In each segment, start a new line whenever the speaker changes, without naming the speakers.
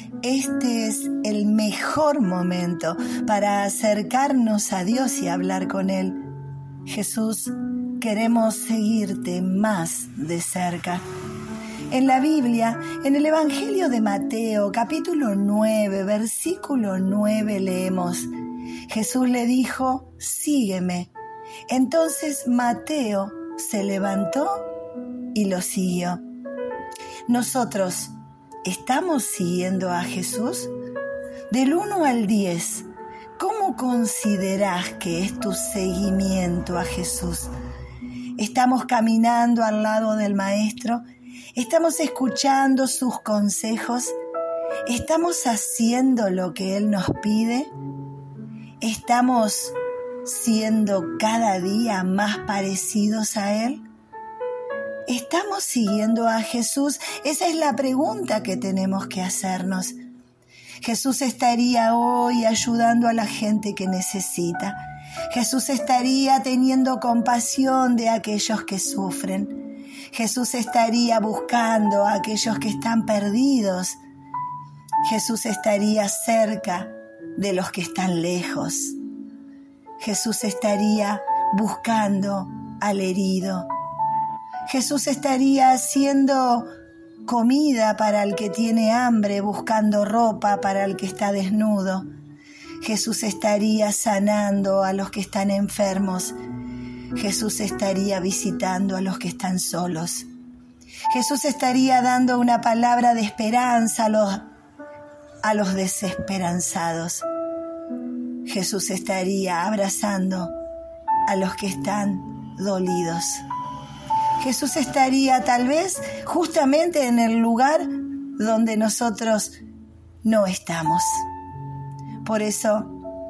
este es el mejor momento para acercarnos a Dios y hablar con Él. Jesús, queremos seguirte más de cerca. En la Biblia, en el Evangelio de Mateo, capítulo 9, versículo 9, leemos: Jesús le dijo: sígueme. Entonces Mateo se levantó y lo siguió. Nosotros, ¿estamos siguiendo a Jesús? Del 1 al 10, ¿cómo considerás que es tu seguimiento a Jesús? ¿Estamos caminando al lado del Maestro? ¿Estamos escuchando sus consejos? ¿Estamos haciendo lo que Él nos pide? ¿Estamos siendo cada día más parecidos a Él? ¿Estamos siguiendo a Jesús? Esa es la pregunta que tenemos que hacernos. Jesús estaría hoy ayudando a la gente que necesita. Jesús estaría teniendo compasión de aquellos que sufren. Jesús estaría buscando a aquellos que están perdidos. Jesús estaría cerca de los que están lejos. Jesús estaría buscando al herido. Jesús estaría haciendo comida para el que tiene hambre, buscando ropa para el que está desnudo. Jesús estaría sanando a los que están enfermos. Jesús estaría visitando a los que están solos. Jesús estaría dando una palabra de esperanza a los desesperanzados. Jesús estaría abrazando a los que están dolidos. Jesús estaría tal vez justamente en el lugar donde nosotros no estamos. Por eso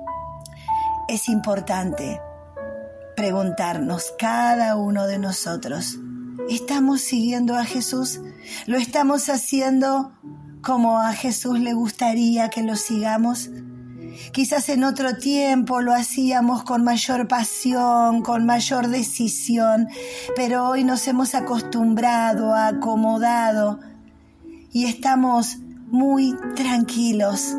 es importante preguntarnos cada uno de nosotros: ¿estamos siguiendo a Jesús? ¿Lo estamos haciendo como a Jesús le gustaría que lo sigamos? Quizás en otro tiempo lo hacíamos con mayor pasión, con mayor decisión, pero hoy nos hemos acostumbrado, acomodado y estamos muy tranquilos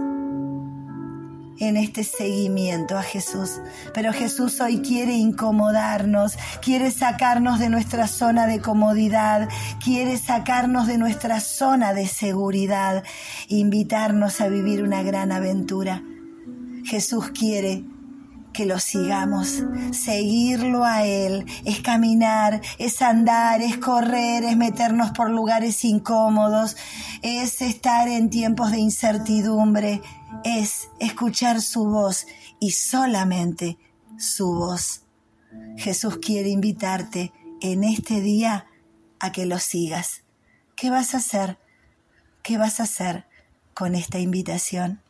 en este seguimiento a Jesús. Pero Jesús hoy quiere incomodarnos, quiere sacarnos de nuestra zona de comodidad, quiere sacarnos de nuestra zona de seguridad, invitarnos a vivir una gran aventura. Jesús quiere que lo sigamos. Seguirlo a Él es caminar, es andar, es correr, es meternos por lugares incómodos, es estar en tiempos de incertidumbre, es escuchar su voz y solamente su voz. Jesús quiere invitarte en este día a que lo sigas. ¿Qué vas a hacer? ¿Qué vas a hacer con esta invitación?